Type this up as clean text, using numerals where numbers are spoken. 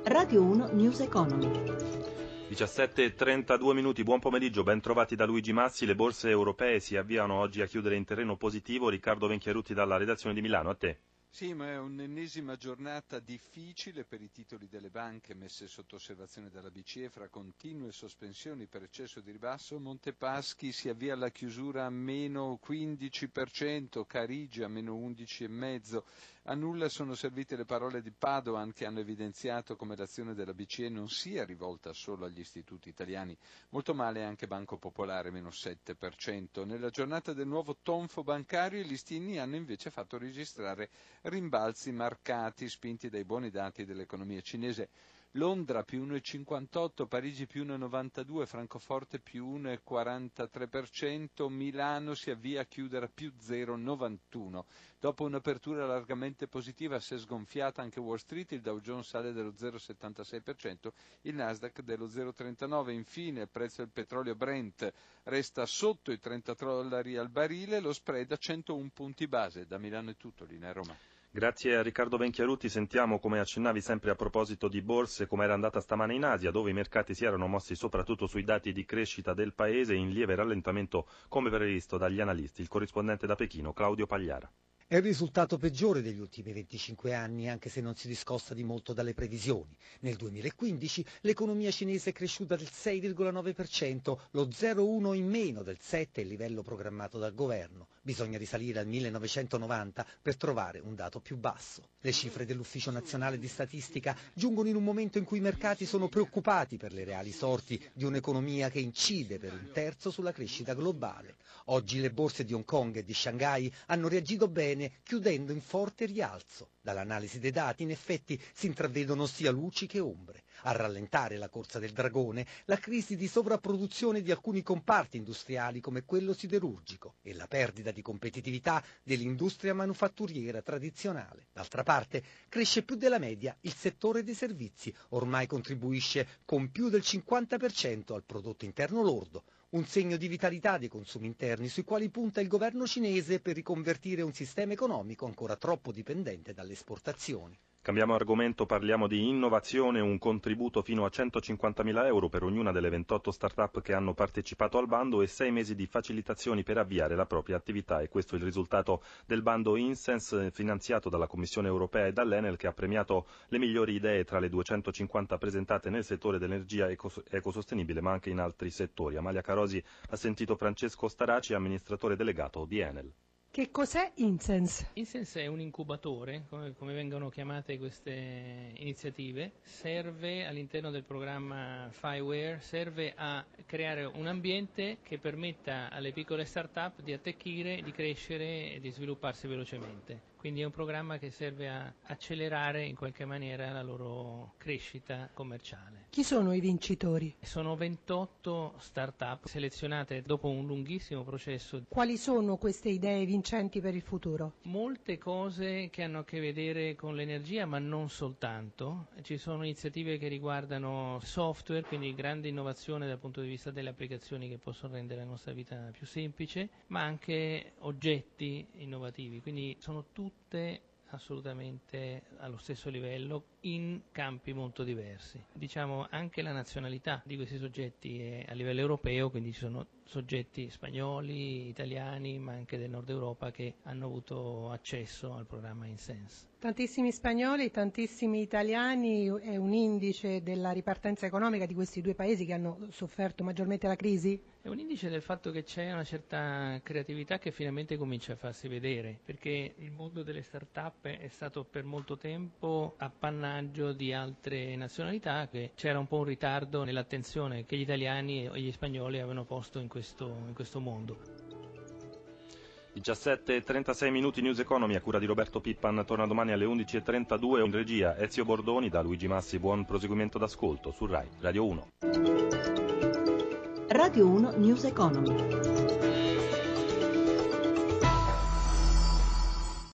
Radio 1 News Economy. 17:32 minuti, buon pomeriggio, ben trovati da Luigi Massi. Le borse europee si avviano oggi a chiudere in terreno positivo. Riccardo Venchiarutti dalla redazione di Milano, a te. Sì, ma è un'ennesima giornata difficile per i titoli delle banche messe sotto osservazione dalla BCE fra continue sospensioni per eccesso di ribasso. Montepaschi si avvia alla chiusura a meno 15%, Carige a meno 11,5%. A nulla sono servite le parole di Padoan, che hanno evidenziato come l'azione della BCE non sia rivolta solo agli istituti italiani. Molto male anche Banco Popolare, meno 7%. Nella giornata del nuovo tonfo bancario i listini hanno invece fatto registrare rimbalzi marcati, spinti dai buoni dati dell'economia cinese. Londra più 1,58%, Parigi più 1,92%, Francoforte più 1,43%, Milano si avvia a chiudere a più 0,91%. Dopo un'apertura largamente positiva si è sgonfiata anche Wall Street, il Dow Jones sale dello 0,76%, il Nasdaq dello 0,39%. Infine il prezzo del petrolio Brent resta sotto i $30 al barile, lo spread a 101 punti base. Da Milano è tutto, linea Roma. Grazie a Riccardo Venchiarutti. Sentiamo, come accennavi sempre a proposito di borse, come era andata stamane in Asia, dove i mercati si erano mossi soprattutto sui dati di crescita del paese in lieve rallentamento come previsto dagli analisti. Il corrispondente da Pechino, Claudio Pagliara. È il risultato peggiore degli ultimi 25 anni, anche se non si discosta di molto dalle previsioni. Nel 2015 l'economia cinese è cresciuta del 6,9%, lo 0,1 in meno del 7, il livello programmato dal governo. Bisogna risalire al 1990 per trovare un dato più basso. Le cifre dell'Ufficio Nazionale di Statistica giungono in un momento in cui i mercati sono preoccupati per le reali sorti di un'economia che incide per un terzo sulla crescita globale. Oggi le borse di Hong Kong e di Shanghai hanno reagito bene, chiudendo in forte rialzo. Dall'analisi dei dati, in effetti, si intravedono sia luci che ombre. A rallentare la corsa del dragone, la crisi di sovrapproduzione di alcuni comparti industriali come quello siderurgico e la perdita di competitività dell'industria manufatturiera tradizionale. D'altra parte, cresce più della media il settore dei servizi, ormai contribuisce con più del 50% al prodotto interno lordo. Un segno di vitalità dei consumi interni sui quali punta il governo cinese per riconvertire un sistema economico ancora troppo dipendente dalle esportazioni. Cambiamo argomento, parliamo di innovazione, un contributo fino a 150.000 euro per ognuna delle 28 start-up che hanno partecipato al bando e 6 mesi di facilitazioni per avviare la propria attività. E questo è il risultato del bando Insense, finanziato dalla Commissione europea e dall'Enel, che ha premiato le migliori idee tra le 250 presentate nel settore dell'energia ecosostenibile, ma anche in altri settori. Amalia Carosi ha sentito Francesco Staraci, amministratore delegato di Enel. Che cos'è Insense? Insense è un incubatore, come vengono chiamate queste iniziative, serve all'interno del programma FiWare, serve a creare un ambiente che permetta alle piccole start-up di attecchire, di crescere e di svilupparsi velocemente. Quindi è un programma che serve a accelerare in qualche maniera la loro crescita commerciale. Chi sono i vincitori? Sono 28 start-up selezionate dopo un lunghissimo processo. Quali sono queste idee vincenti per il futuro? Molte cose che hanno a che vedere con l'energia, ma non soltanto. Ci sono iniziative che riguardano software, quindi grande innovazione dal punto di vista delle applicazioni che possono rendere la nostra vita più semplice, ma anche oggetti innovativi, quindi sono tutte assolutamente allo stesso livello in campi molto diversi. Diciamo anche la nazionalità di questi soggetti è a livello europeo, quindi ci sono soggetti spagnoli, italiani, ma anche del nord Europa che hanno avuto accesso al programma Insense. Tantissimi spagnoli, tantissimi italiani, è un indice della ripartenza economica di questi due paesi che hanno sofferto maggiormente la crisi? È un indice del fatto che c'è una certa creatività che finalmente comincia a farsi vedere, perché il mondo delle start-up è stato per molto tempo appannaggio di altre nazionalità, che c'era un po' un ritardo nell'attenzione che gli italiani e gli spagnoli avevano posto in questo mondo. 17:36 minuti, News Economy a cura di Roberto Pippan, torna domani alle 11:32, in regia Ezio Bordoni. Da Luigi Massi buon proseguimento d'ascolto su RAI Radio 1. Radio 1 News Economy.